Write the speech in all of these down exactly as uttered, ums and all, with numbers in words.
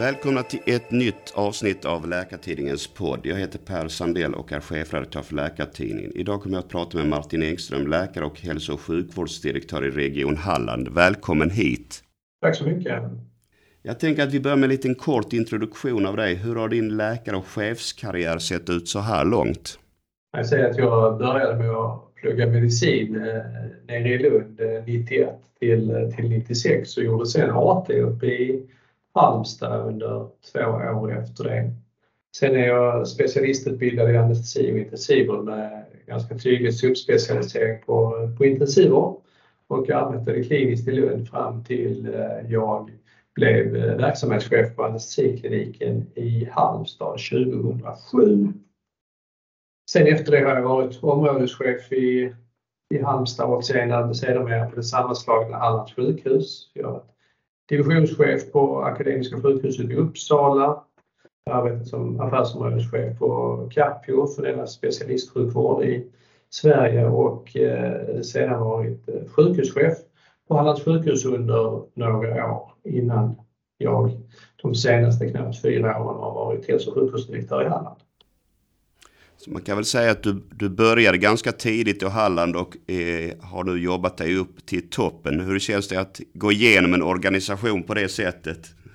Välkomna till ett nytt avsnitt av Läkartidningens podd. Jag heter Per Sandell och är chefredaktör för Läkartidningen. Idag kommer jag att prata med Martin Engström, läkare och hälso- och sjukvårdsdirektör i Region Halland. Välkommen hit. Tack så mycket. Jag tänker att vi börjar med en liten kort introduktion av dig. Hur har din läkare- och chefskarriär sett ut så här långt? Jag säger att jag började med att plugga medicin eh, nere i Lund eh, nittioett till, till nittiosex och gjorde sen A T uppe i Halmstad under två år efter det. Sen är jag specialistutbildad i anestesi och intensivvård med ganska tydlig subspecialisering på, på intensivvård och arbetade kliniskt i Lund fram till eh, jag blev verksamhetschef på anestesikliniken i Halmstad tjugohundrasju. Sen efter det har jag varit områdeschef i, i Halmstad och senare sedermera på det sammanslagna Hallands sjukhus. Jag har varit divisionschef på Akademiska sjukhuset i Uppsala. Jag har arbetat som affärsområdeschef på Capio för deras specialistsjukvård i Sverige och eh, sedan varit sjukhuschef på Hallands sjukhus under några år innan jag de senaste knappt fyra åren har varit hälso- och sjukvårdsdirektör i Halland. Så man kan väl säga att du, du började ganska tidigt i Halland och eh, har nu jobbat dig upp till toppen. Hur känns det att gå igenom en organisation på det sättet?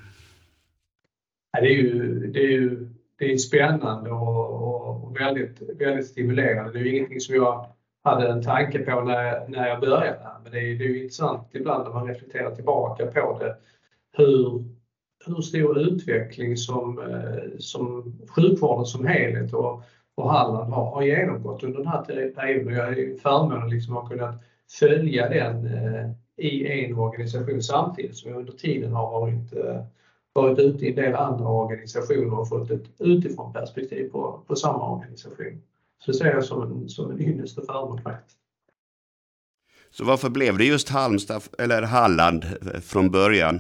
Ja, det är ju, det är ju det är spännande och, och väldigt, väldigt stimulerande. Det är ju ingenting som jag hade en tanke på när, när jag började. Men det är, det är ju intressant ibland när man reflekterar tillbaka på det. Hur, hur stor utveckling som, som sjukvården som helhet och, och Halland har, har genomgått under den här perioden. Jag är förmånen liksom att kunna följa den eh, i en organisation samtidigt som jag under tiden har varit, eh, varit ute i en del andra organisationer och fått ett utifrån perspektiv på, på samma organisation. Så det ser jag som en, som en ynnest och förmån faktiskt. Så varför blev det just Halmstad eller Halland från början?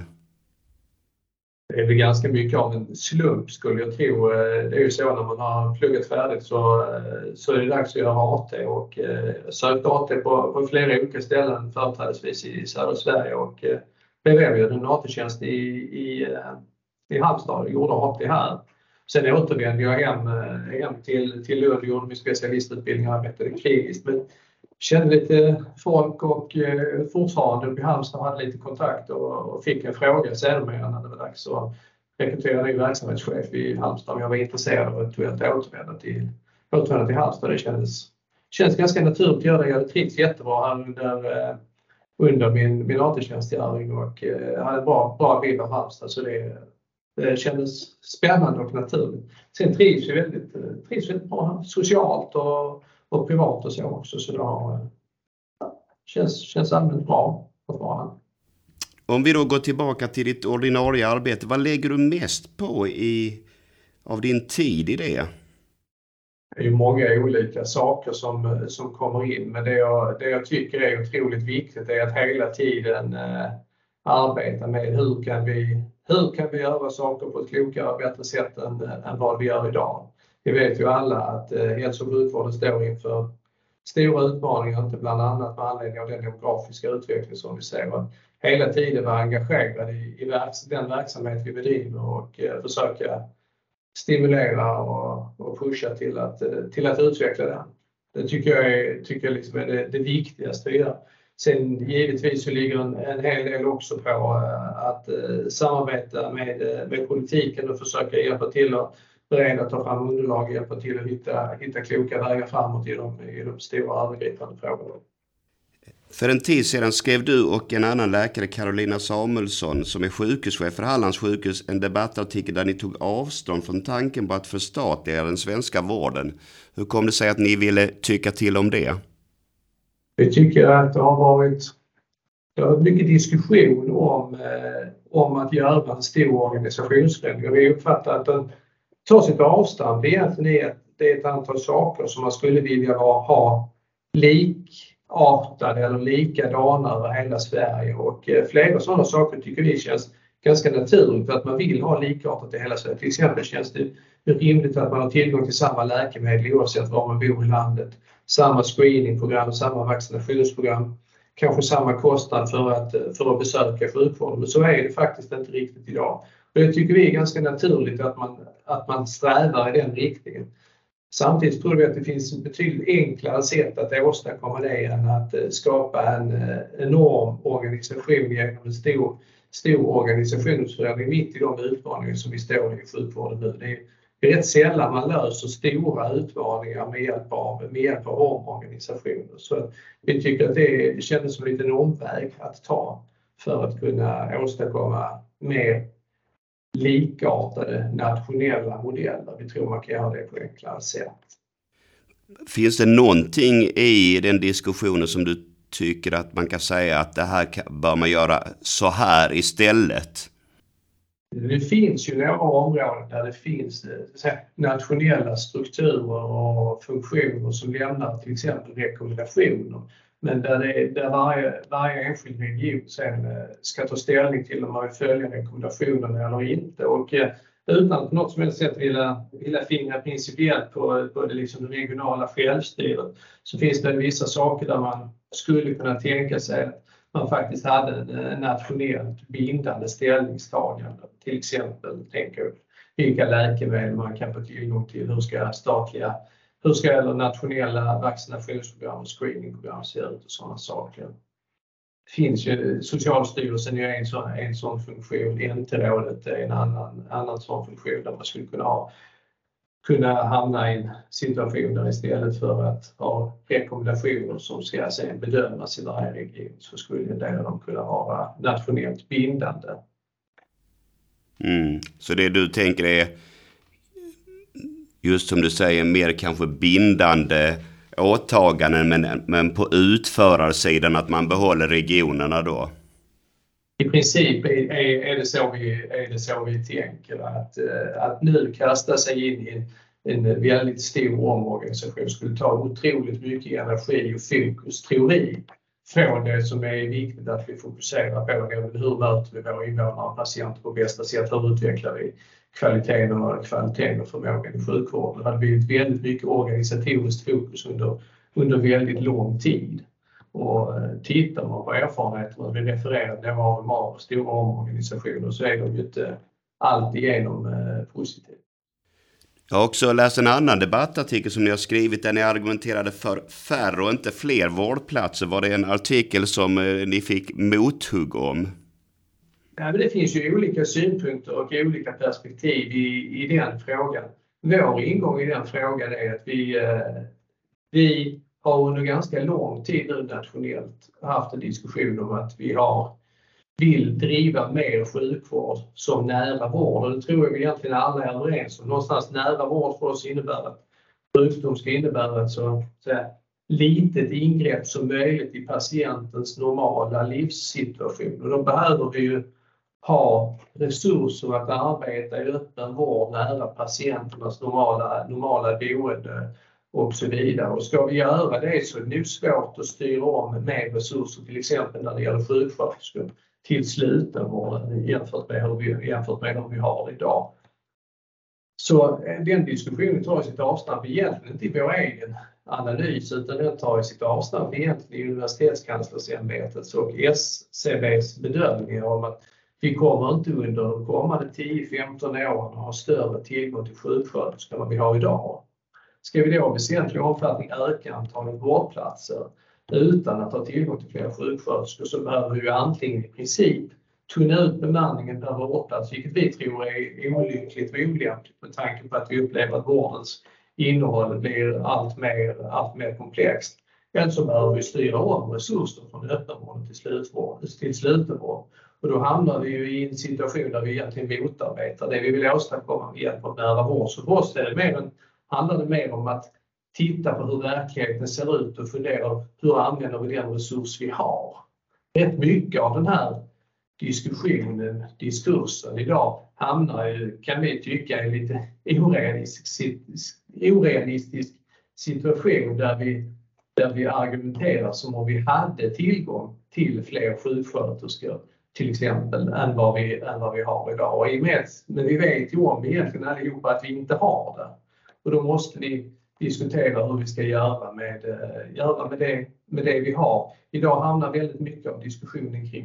Det är väl ganska mycket av en slump skulle jag tro. Det är ju så när man har pluggat färdigt så, så är det dags att göra A T och eh, sökt A T på, på flera olika ställen företrädesvis i södra Sverige och eh, blev erbjuden en A T-tjänst i, i, i Halmstad och gjorde A T här. Sen återvände jag hem, hem till, till Lund och gjorde min specialistutbildning och arbetade kliniskt. Men kände lite folk och eh, fortfarande uppe i Halmstad hade lite kontakt och, och fick en fråga sedermera när det var dags att rekrytera ny verksamhetschef i Halmstad. Om jag var intresserad av att återvända till, återvända till Halmstad. Det kändes, kändes ganska naturligt att göra det. Jag trivs jättebra här under, eh, under min, min A T-tjänstgöring och eh, hade en bra, bra bild av Halmstad. Så det, det kändes spännande och naturligt. Sen trivs vi väldigt, trivs väldigt bra här, socialt och och privat och så också, så det har, känns, känns allmänt bra att vara här. Om vi då går tillbaka till ditt ordinarie arbete, vad lägger du mest på i, av din tid i det? Det är ju många olika saker som, som kommer in, men det jag, det jag tycker är otroligt viktigt är att hela tiden eh, arbeta med hur kan, vi, hur kan vi göra saker på ett klokare och bättre sätt än, än vad vi gör idag. Vi vet ju alla att eh, hälso- och sjukvården står inför stora utmaningar, inte bland annat med anledning av den demografiska utveckling som vi ser. Att hela tiden vara engagerad i, i verks, den verksamhet vi bedriver och eh, försöka stimulera och, och pusha till att, till att utveckla den. Det tycker jag är, tycker jag liksom är det, det viktigaste vi gör. Sen givetvis så ligger en, en hel del också på uh, att uh, samarbeta med, uh, med politiken och försöka hjälpa till att bereda att ta fram underlag och hjälpa till att hitta, hitta kloka vägar framåt i de, i de stora övergripande frågorna. För en tid sedan skrev du och en annan läkare, Carolina Samuelsson, som är sjukhuschef för Hallands sjukhus, en debattartikel där ni tog avstånd från tanken på att förstatliga den svenska vården. Hur kom det sig att ni ville tycka till om det? Vi tycker att det har varit, det har varit mycket diskussion om, eh, om att göra en stor organisationsförändring. Vi uppfattar att den tar sitt avstånd. Det är egentligen ett, det är ett antal saker som man skulle vilja ha, ha likartade eller likadana över hela Sverige. Och eh, flera sådana saker tycker vi känns ganska naturligt att man vill ha likartat i hela Sverige. Till exempel känns det rimligt att man har tillgång till samma läkemedel oavsett var man bor i landet. Samma screeningprogram, samma vaccinationsprogram, kanske samma kostnad för att, för att besöka sjukvården. Men så är det faktiskt inte riktigt idag. det tycker vi är ganska naturligt att man, att man strävar i den riktningen. Samtidigt tror vi att det finns ett betydligt enklare sätt att åstadkomma det än att skapa en enorm organisation genom en stor, stor organisationsförändring mitt i de utmaningar som vi står i sjukvården nu. Det är, det är rätt sällan man löser stora utmaningar med hjälp av, med hjälp av omorganisationer. Så vi tycker att det kändes som en liten omväg att ta för att kunna åstadkomma mer likartade nationella modeller. Vi tror man kan göra det på enklare sätt. Finns det någonting i den diskussionen som du tycker att man kan säga att det här bör man göra så här istället? Det finns ju några områden där det finns säga, nationella strukturer och funktioner som lämnar till exempel rekommendationer. Men där, det, där varje, varje enskild region sen ska ta ställning till om man vill följa rekommendationerna eller inte. Och eh, utan att på något som helst sätt vilja, vilja fingra principiellt på, på det, liksom det regionala självstyret, så finns det vissa saker där man skulle kunna tänka sig att man faktiskt hade en nationellt bindande ställningstagande. Till exempel tänker vilka läkemedel man kan få tillgång till, hur ska statliga Hur ska eller nationella vaccinationsprogram och screeningprogram se ut och sådana saker. Det finns ju, Socialstyrelsen är en sån, en sån funktion, N T-rådet är en annan, annan sån funktion där man skulle kunna, ha, kunna hamna i en situation där istället för att ha rekommendationer som ska sen bedömas i varje region så skulle en del av dem kunna vara nationellt bindande. Mm. Så det du tänker är just som du säger, mer kanske bindande åtaganden men, men på utförarsidan att man behåller regionerna då? I princip är, är, är, det, så vi, är det så vi tänker att, att nu kasta sig in i en, en väldigt stor omorganisation skulle ta otroligt mycket energi och fokus, teori, från det som är viktigt att vi fokuserar på. Hur möter vi våra invånare och patienter på bästa sätt? Hur utvecklar vi kvaliteten och kvaliteten och förmågan i sjukvården? Det hade blivit väldigt mycket organisatoriskt fokus under, under väldigt lång tid. Och tittar man på erfarenheterna, vi refererar några av dem av stora omorganisationer, så är de ju inte alltigenom positiva. Jag har också läst en annan debattartikel som ni har skrivit där ni argumenterade för färre och inte fler vårdplatser. Var det en artikel som ni fick mothugg om? Ja, men det finns ju olika synpunkter och olika perspektiv i, i den frågan. Vår ingång i den frågan är att vi, eh, vi har under ganska lång tid nu nationellt haft en diskussion om att vi har, vill driva mer sjukvård som nära vård. Och det tror jag egentligen alla är överens om. Någonstans nära vård för oss innebär att sjukdom ska innebära ett så, så här, litet ingrepp som möjligt i patientens normala livssituation. Och då behöver vi ju ha resurser att arbeta i öppen vård nära patienternas normala, normala boende och så vidare. Och ska vi göra det så är det nog svårt att styra om med resurser, till exempel när det gäller sjuksköterskor, till slutenvården jämfört med hur vi, jämfört med hur vi har idag. Så den diskussionen tar sitt avstamp egentligen inte i vår egen analys, utan den tar sitt avstamp egentligen i Universitetskanslersämbetets och S C B:s bedömningar om att vi kommer inte under de kommande tio till femton åren att ha större tillgång till sjuksköterskor än vi har idag. Ska vi då i väsentlig omfattning öka antalet vårdplatser utan att ha tillgång till fler sjuksköterskor, så behöver vi antingen i princip tunna ut bemanningen per vårdplats, vilket vi tror är olyckligt och olämpligt med tanke på att vi upplever att vårdens innehåll blir allt mer, allt mer komplext. Eller så behöver vi styra om resurser från öppenvård till slutvård, till slutenvård. Och då hamnar vi ju i en situation där vi egentligen motarbetar det vi vill åstadkomma med hjälp av nära vård. Så för oss är det mer en, handlar det mer om att titta på hur verkligheten ser ut och fundera hur använder vi den resurs vi har. Rätt mycket av den här diskussionen, diskursen idag hamnar ju, kan vi tycka, i en lite orealistisk, orealistisk situation där vi, där vi argumenterar som om vi hade tillgång till fler sjuksköterskor till exempel än vad vi, än vad vi har idag. Och i med, men vi vet ju om egentligen allihopa att vi inte har det. Och då måste vi diskutera hur vi ska göra med, göra med, det, med det vi har. Idag handlar väldigt mycket av diskussionen kring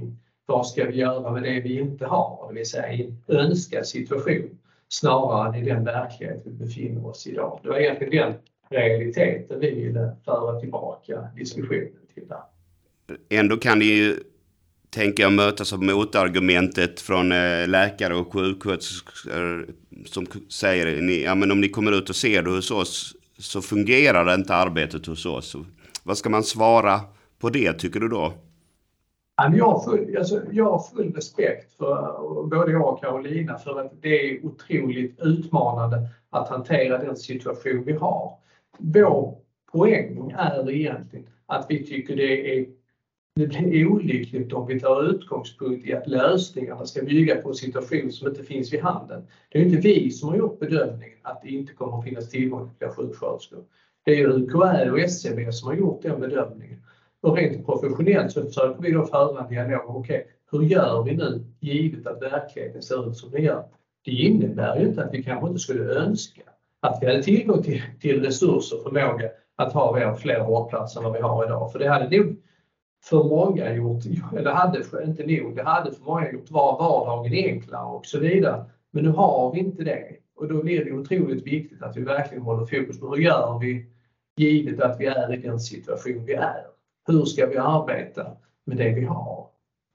vad ska vi göra med det vi inte har, det vill säga i en önskad situation, snarare än i den verklighet vi befinner oss i idag. Det var egentligen den realiteten vi ville föra tillbaka diskussionen till där. Ändå kan det ju, tänker jag, mötas av motargumentet från läkare och sjuksköterskor som säger, ja men om ni kommer ut och ser det hos oss så fungerar det inte arbetet hos oss. Vad ska man svara på det, tycker du då? Jag har full, alltså, jag har full respekt för både jag och Carolina för att det är otroligt utmanande att hantera den situation vi har. Vår poäng är egentligen att vi tycker det är Det blir olyckligt om vi tar utgångspunkt i att lösningarna ska bygga på en situation som inte finns vid handen. Det är inte vi som har gjort bedömningen att det inte kommer att finnas tillgång till sjuksköterskor. Det är ju U K R och S C B som har gjort den bedömningen. Och rent professionellt så försöker vi då föra en dialog. Okej, hur gör vi nu givet att verkligheten ser ut som det gör? Det innebär ju inte att vi kanske inte skulle önska att vi hade tillgång till, till resurser och förmåga att ha fler vårdplatser än vad vi har idag. För det hade nog för många gjort, eller hade inte nog, det hade för många gjort var vardagen enklare och så vidare. Men nu har vi inte det. Och då blir det otroligt viktigt att vi verkligen håller fokus på hur gör vi givet att vi är i den situation vi är. Hur ska vi arbeta med det vi har?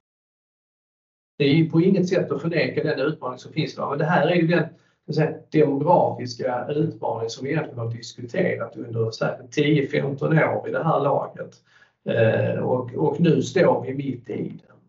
Det är ju på inget sätt att förneka den utmaning som finns där. Men det här är ju den säga, demografiska utmaning som vi egentligen har diskuterat under tio femton år i det här laget. Eh, och, och nu står vi mitt i den.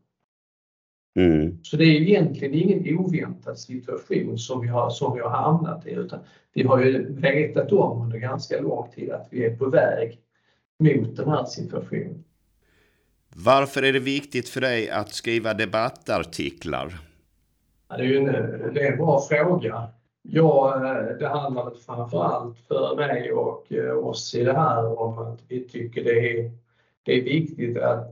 Mm. Så det är egentligen ingen oväntad situation som vi har, som vi har hamnat i, utan vi har ju vetat om under ganska lång tid att vi är på väg mot den här situationen. Varför är det viktigt för dig att skriva debattartiklar? Ja, det är ju en, det är en bra fråga. Ja, det handlar framförallt för mig och oss i det här om att vi tycker det är, det är viktigt att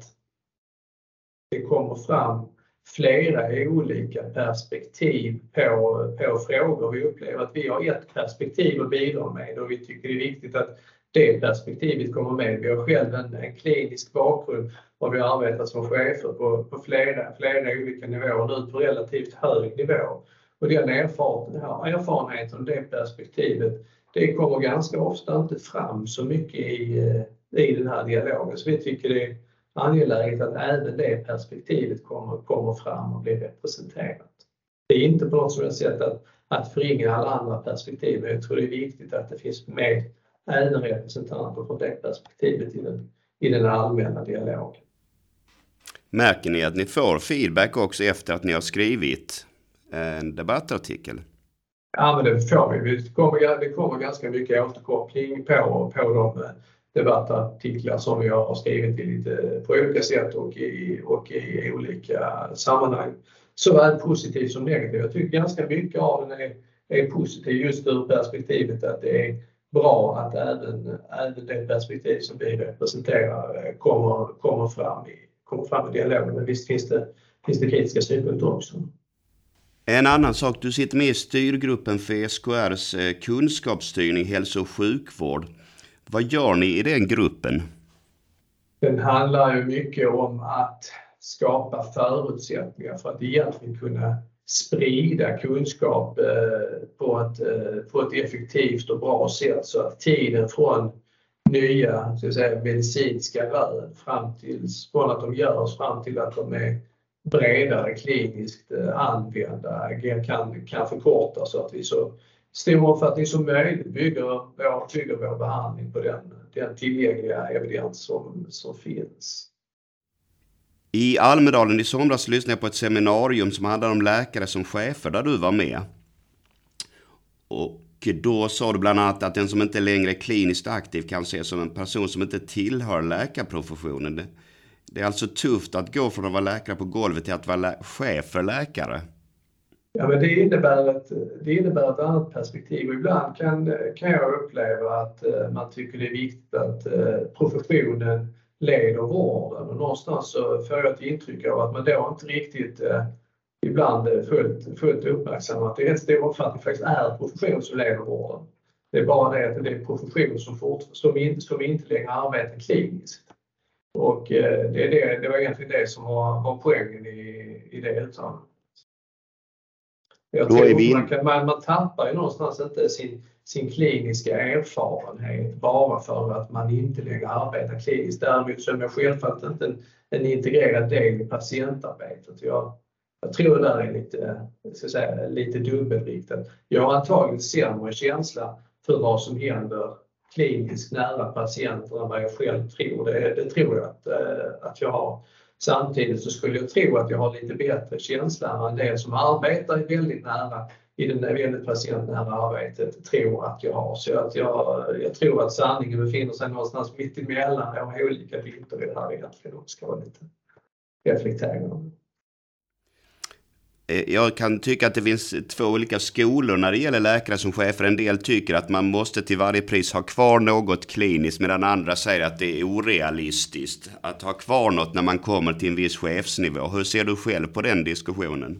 det kommer fram flera olika perspektiv på, på frågor. Vi upplever att vi har ett perspektiv att bidra med och vi tycker det är viktigt att det perspektivet kommer med. Vi har själv en, en klinisk bakgrund och vi har arbetat som chefer på, på flera, flera olika nivåer, nu på relativt hög nivå. Och den erfarenheten och det perspektivet, det kommer ganska ofta inte fram så mycket i, i den här dialogen. Så vi tycker det är angeläget att även det perspektivet kommer, kommer fram och blir representerat. Det är inte på något som jag sett att, att förringa alla andra perspektiv, men jag tror det är viktigt att det finns med även representanter från det perspektivet i den, i den allmänna dialogen. Märker ni att ni får feedback också efter att ni har skrivit en debattartikel? Ja, men det får vi. Det kommer, det kommer ganska mycket återkoppling på, på de debattartiklar som vi har skrivit i lite, på olika sätt och i, och i olika sammanhang. Såväl positivt som negativt. Jag tycker ganska mycket av den är, är positiv just ur perspektivet att det är bra att även, även det perspektiv som vi representerar kommer, kommer, fram, i, kommer fram i dialogen. Men visst finns det, finns det kritiska synpunkter också. En annan sak, du sitter med i styrgruppen för S K R:s kunskapsstyrning hälso- och sjukvård. Vad gör ni i den gruppen? Den handlar ju mycket om att skapa förutsättningar för att egentligen kunna sprida kunskap på ett, på ett effektivt och bra sätt så att tiden från nya så att säga, medicinska rön fram till, från att de görs fram till att de är bredare kliniskt använda kan, kan förkortas så att vi så stor omfattning som möjligt bygger vår, bygger vår behandling på den, den tillgängliga evidens som, som finns. I Almedalen i somras lyssnade jag på ett seminarium som handlade om läkare som chefer där du var med. Och då sa du bland annat att den som inte längre är kliniskt aktiv kan ses som en person som inte tillhör läkarprofessionen. Det, det är alltså tufft att gå från att vara läkare på golvet till att vara lä- chef för läkare. Ja, men det innebär ett, det innebär ett annat perspektiv. Och ibland kan, kan jag uppleva att uh, man tycker det är viktigt att uh, professionen leder vården. Och någonstans så får jag ett intryck av att man då inte riktigt uh, ibland är fullt, fullt uppmärksammat. Att det är en stor omfattning faktiskt är profession som leder vården. Det är bara det att det är profession som, fort, som, inte, som inte längre arbetar kliniskt. Och eh, det, det, det var egentligen det som var, var poängen i, i det uttalandet. Jag Då är tror vi in... man, kan, man, man tappar ju någonstans inte sin, sin kliniska erfarenhet bara för att man inte längre arbetar kliniskt. Däremot så är man självfallet inte en, en integrerad del i patientarbetet. Jag, jag tror det där är lite, ska säga, lite dubbelriktat. Jag har antagligen sämre känsla för vad som händer kliniskt nära patienter än vad jag själv tror. Det, det tror jag att, att jag har. Samtidigt så skulle jag tro att jag har lite bättre känsla än det som arbetar väldigt nära i det väldigt patientnära arbetet tror att jag har. Så att jag, jag tror att sanningen befinner sig någonstans mitt emellan. Jag har olika bilder i det här egentligen och ska vara lite reflekterande. Jag kan tycka att det finns två olika skolor när det gäller läkare som chefer. En del tycker att man måste till varje pris ha kvar något kliniskt, medan andra säger att det är orealistiskt att ha kvar något när man kommer till en viss chefsnivå. Hur ser du själv på den diskussionen?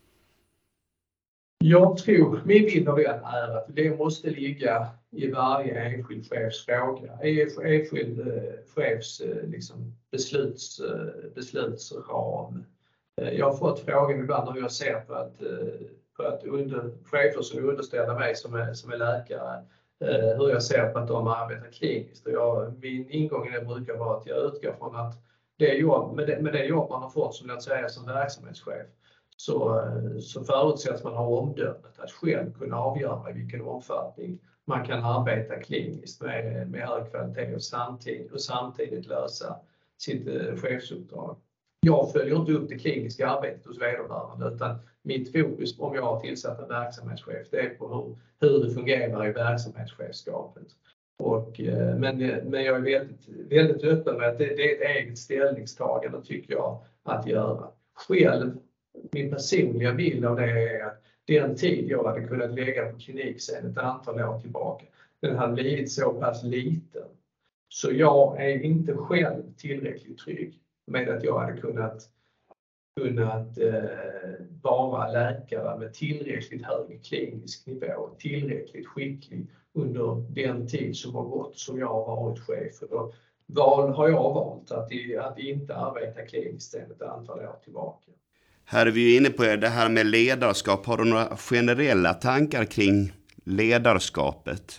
Jag tror, min bild av det är att det måste ligga i varje enskild chefs fråga. Enskild chefs liksom, besluts, beslutsram. Jag har fått frågan ibland hur jag ser på att, på att under, chefer som är underställda mig som är, som är läkare, hur jag ser på att de arbetar kliniskt. Och jag, min ingång i det brukar vara att jag utgår från att det jobb, med, det, med det jobb man har fått som, låt säga, som verksamhetschef så, så förutsätts man ha omdömet att själv kunna avgöra i vilken omfattning man kan arbeta kliniskt med, med hög kvalitet och samtidigt, och samtidigt lösa sitt chefsuppdrag. Jag följer inte upp det kliniska arbetet hos vederbörande, utan mitt fokus om jag har tillsatt en verksamhetschef, det är på hur, hur det fungerar i verksamhetschefskapet. Och, men, men jag är väldigt, väldigt öppen med att det, det är ett eget ställningstagande, tycker jag, att göra. Själv, min personliga bild av det är att den tid jag hade kunnat lägga på klinik sedan ett antal år tillbaka, den hade blivit så pass liten. Så jag är inte själv tillräckligt trygg med att jag hade kunnat, kunnat eh, vara läkare med tillräckligt hög klinisk nivå, tillräckligt skicklig under den tid som har gått som jag har varit chef. Och då val, har jag valt att, att inte arbeta kliniskt sedan ett antal år tillbaka. Här är vi ju inne på det här med ledarskap. Har du några generella tankar kring ledarskapet?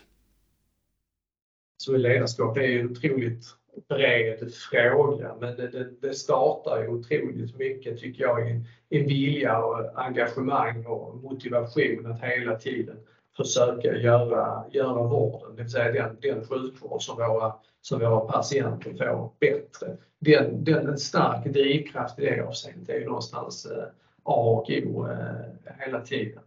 Så ledarskap är ju en otroligt bred fråga, men det, det, det startar ju otroligt mycket, tycker jag, i en vilja och engagemang och motivation att hela tiden försöka göra, göra vården, det vill säga den, den sjukvård som våra, som våra patienter får bättre. Den, den, en stark drivkraft i det avseendet är ju någonstans eh, A och O eh, hela tiden.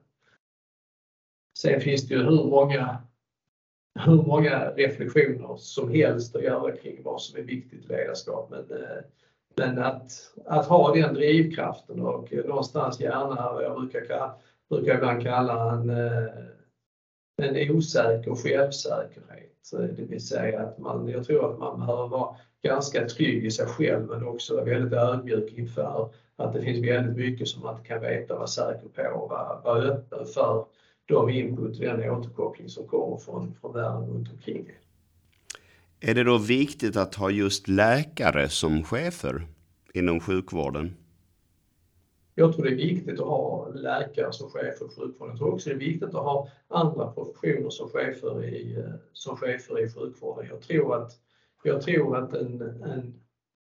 Sen finns det ju hur många hur många reflektioner som helst att göra kring vad som är viktigt i ledarskap. Men, men att, att ha den drivkraften och någonstans gärna, jag brukar, brukar ibland kalla en, en osäker självsäkerhet. Det vill säga att man, jag tror att man behöver vara ganska trygg i sig själv, men också väldigt ödmjuk inför att det finns väldigt mycket som man inte kan veta, vara säker på och vara, vara öppen för de input, den återkoppling som kommer från, från världen runt omkring. Är det då viktigt att ha just läkare som chefer inom sjukvården? Jag tror det är viktigt att ha läkare som chefer i sjukvården. Jag tror också det är viktigt att ha andra professioner som chefer i, som chefer i sjukvården. Jag tror att, jag tror att en, en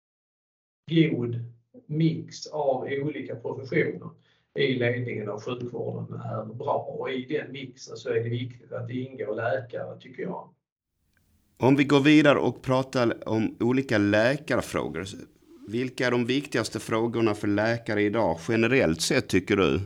god mix av olika professioner i ledningen av sjukvården är bra, och i den mixen så är det viktigt att det ingår läkare, tycker jag. Om vi går vidare och pratar om olika läkarfrågor, vilka är de viktigaste frågorna för läkare idag generellt sett, tycker du?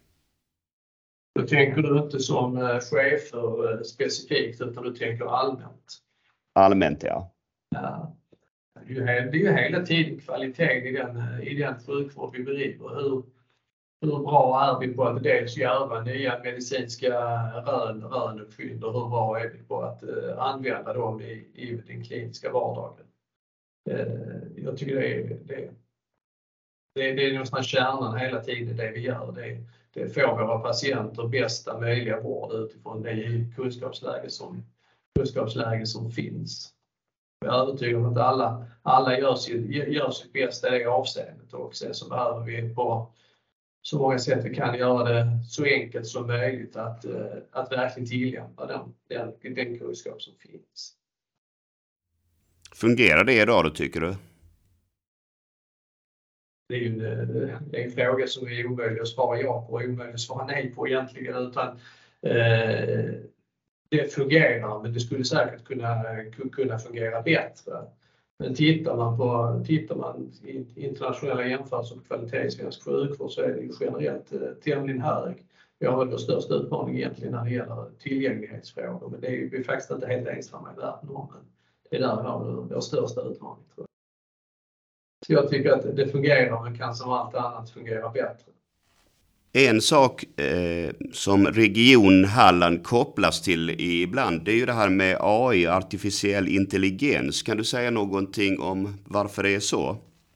Då tänker du inte som chefer specifikt, utan du tänker allmänt? Allmänt, ja. Ja. Det är ju hela tiden kvaliteten i den, i den sjukvård vi bedriver. Hur, hur bra är vi på att dels göra nya medicinska rön, rönuppfyllda, och hur bra är vi på att uh, använda dem i, i den kliniska vardagen. Uh, jag tycker det är, det, det, det är någonstans kärnan hela tiden det vi gör. Det, det får våra patienter bästa möjliga vård utifrån det kunskapsläge som, kunskapsläge som finns. Jag är övertygad om att alla, alla gör, sitt, gör sitt bästa i det avseendet, och sen så behöver vi på så många sätt vi kan göra det så enkelt som möjligt att, att verkligen tillämpa den, den, den kunskap som finns. Fungerar det idag då, tycker du? Det är ju en, det är en fråga som är omöjlig att svara ja på och omöjlig att svara nej på egentligen, utan eh, det fungerar, men det skulle säkert kunna, kunna fungera bättre. Men tittar man på tittar man i internationella jämförelser på kvalitet i svensk sjukvård, så är det ju generellt eh, tämligen hög. Vi har väl vår största utmaning egentligen när det gäller tillgänglighetsfrågor, men det är ju vi är faktiskt inte helt ensamma i världen om, men det är där vi har vår största utmaning, tror jag. Så jag tycker att det fungerar, men kan som allt annat fungera bättre. En sak eh, som Region Halland kopplas till ibland, det är ju det här med A I, artificiell intelligens. Kan du säga någonting om varför det är så?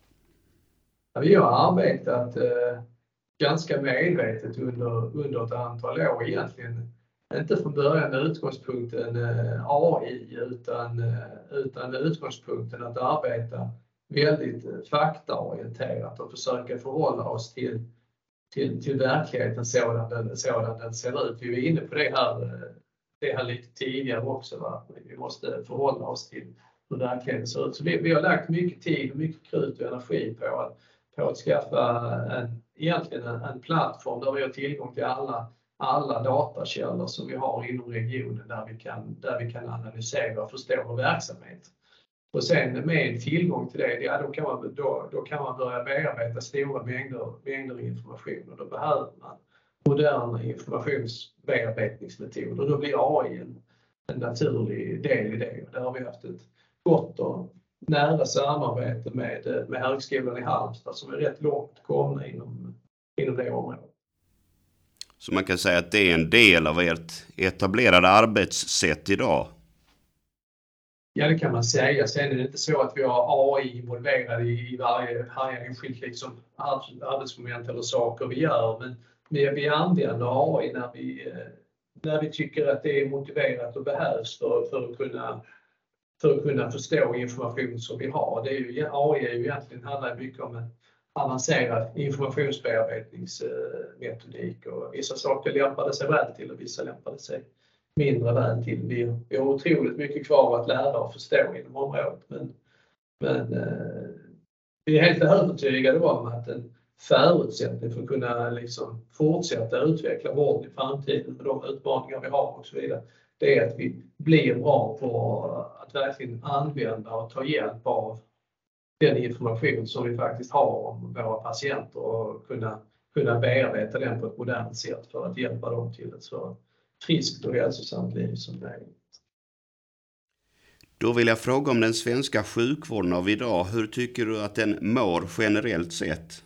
Ja, vi har arbetat eh, ganska medvetet under, under ett antal år egentligen. Inte från början med utgångspunkten eh, A I, utan, eh, utan med utgångspunkten att arbeta väldigt faktaorienterat och försöka förhålla oss till Till, till verkligheten sådan den, sådan den ser ut. Vi var inne på det här, det här lite tidigare också. Va? Vi måste förhålla oss till hur verkligheten ser ut. Så vi, vi har lagt mycket tid, mycket krut och energi på att, på att skaffa en, egentligen en, en plattform där vi har tillgång till alla, alla datakällor som vi har inom regionen, där vi kan, där vi kan analysera och förstå vår verksamhet. Och sen med tillgång till det, ja, då, kan man, då, då kan man börja bearbeta stora mängder, mängder information, och då behöver man moderna informationsbearbetningsmetoder. Då blir A I en, en naturlig del i det. Och där har vi haft ett gott och nära samarbete med, med Högskolan i Halmstad, som är rätt långt komna inom, inom det området. Så man kan säga att det är en del av ert etablerade arbetssätt idag? Ja, det kan man säga. Sen är det inte så att vi har A I involverade i varje, varje enskilt liksom arbetsmoment eller saker vi gör. Men vi använder A I när vi, när vi tycker att det är motiverat och behövs för, för, att, kunna, för att kunna förstå information som vi har. Det är ju, A I är ju egentligen handlar mycket om en avancerad informationsbearbetningsmetodik. Och vissa saker lämpade sig väl till och vissa lämpade sig mindre väl till. Vi, vi har otroligt mycket kvar att lära och förstå inom området, men, men eh, vi är helt övertygade om att en förutsättning för att kunna liksom fortsätta utveckla vården i framtiden med de utmaningar vi har och så vidare, det är att vi blir bra på att verkligen använda och ta hjälp av den information som vi faktiskt har om våra patienter och kunna, kunna bearbeta den på ett modernt sätt för att hjälpa dem till ett så friskt och hälsosamt liv som möjligt. Då vill jag fråga om den svenska sjukvården av idag. Hur tycker du att den mår generellt sett?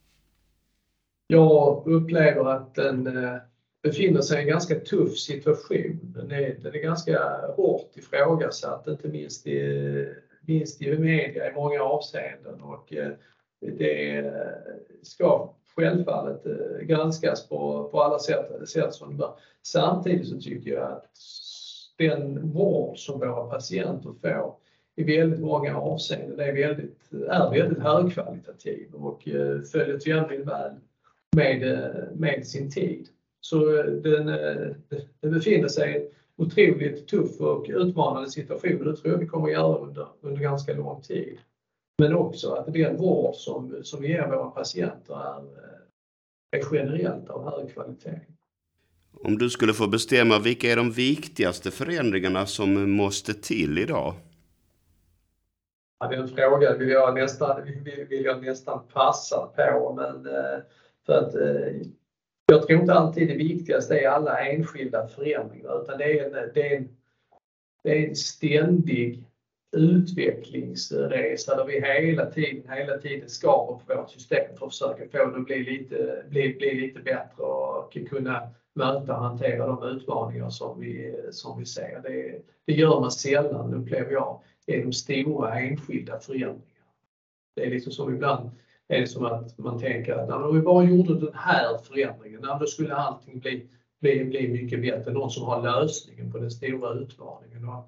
Jag upplever att den befinner sig i en ganska tuff situation. Den är, den är ganska hårt ifrågasatt, inte minst i, minst i media i många avseenden. Och det ska självfallet granskas på, på alla sätt, sätt som det bör. Samtidigt så tycker jag att den vård som våra patienter får i väldigt många avseenden är väldigt, är väldigt högkvalitativ och följer tämligen väl med, med sin tid. Så den, den befinner sig i en otroligt tuff och utmanande situation, och det tror jag vi kommer att göra under, under ganska lång tid. Men också att den vård som, som vi ger våra patienter är, är generellt av hög kvalitet. Om du skulle få bestämma, vilka är de viktigaste förändringarna som måste till idag? Ja, den frågan vill jag nästan, vill, vill jag nästan passa på, men för att jag tror inte alltid det viktigaste är alla enskilda förändringar, utan det är en, det är en, det är en ständig utvecklingsresa där vi hela tiden, hela tiden skapar på vårt system för att försöka få det att bli lite, bli, bli lite bättre och kunna möta och hantera de utmaningar som vi, som vi ser. Det, det gör man sällan, upplever jag, genom stora enskilda förändringar. Det är liksom som ibland är det som att man tänker att när vi bara gjorde den här förändringen, då skulle allting bli, bli, bli mycket bättre. Någon som har lösningen på den stora utmaningen. Och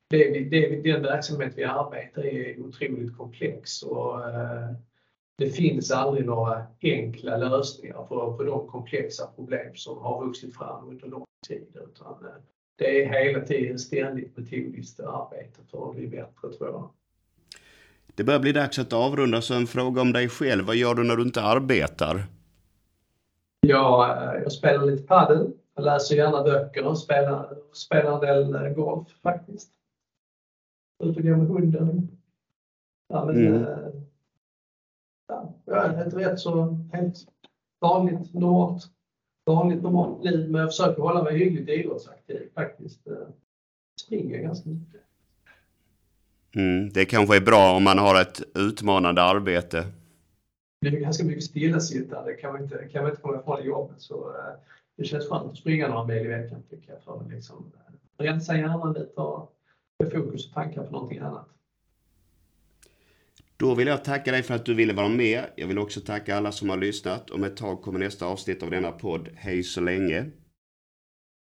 det, det, den verksamhet vi arbetar i är otroligt komplex och eh, det finns aldrig några enkla lösningar på, på de komplexa problem som har vuxit fram under lång tid. Utan, eh, det är hela tiden ständigt metodiskt arbete för att bli bättre, tror jag. Det börjar bli dags att avrunda, så en fråga om dig själv. Vad gör du när du inte arbetar? Ja, jag spelar lite padel. Jag läser gärna böcker och spelar, spelar en del golf faktiskt. Ut och gå med hunden. Ja, men, mm. ja, jag är ett rätt så helt vanligt, normalt, vanligt normalt liv. Men jag försöker hålla mig hyggligt idrottsaktiv faktiskt. Springer ganska mycket. Mm, det kanske är bra om man har ett utmanande arbete. Det är ganska mycket stillasittande. Kan man inte, kan man inte komma ifrån jobbet, så det känns skönt att springa några mil i veckan, tycker jag, för att liksom rensa hjärnan lite och få fokus och tankar på någonting annat. Då vill jag tacka dig för att du ville vara med. Jag vill också tacka alla som har lyssnat. Om ett tag kommer nästa avsnitt av denna podd. Hej så länge!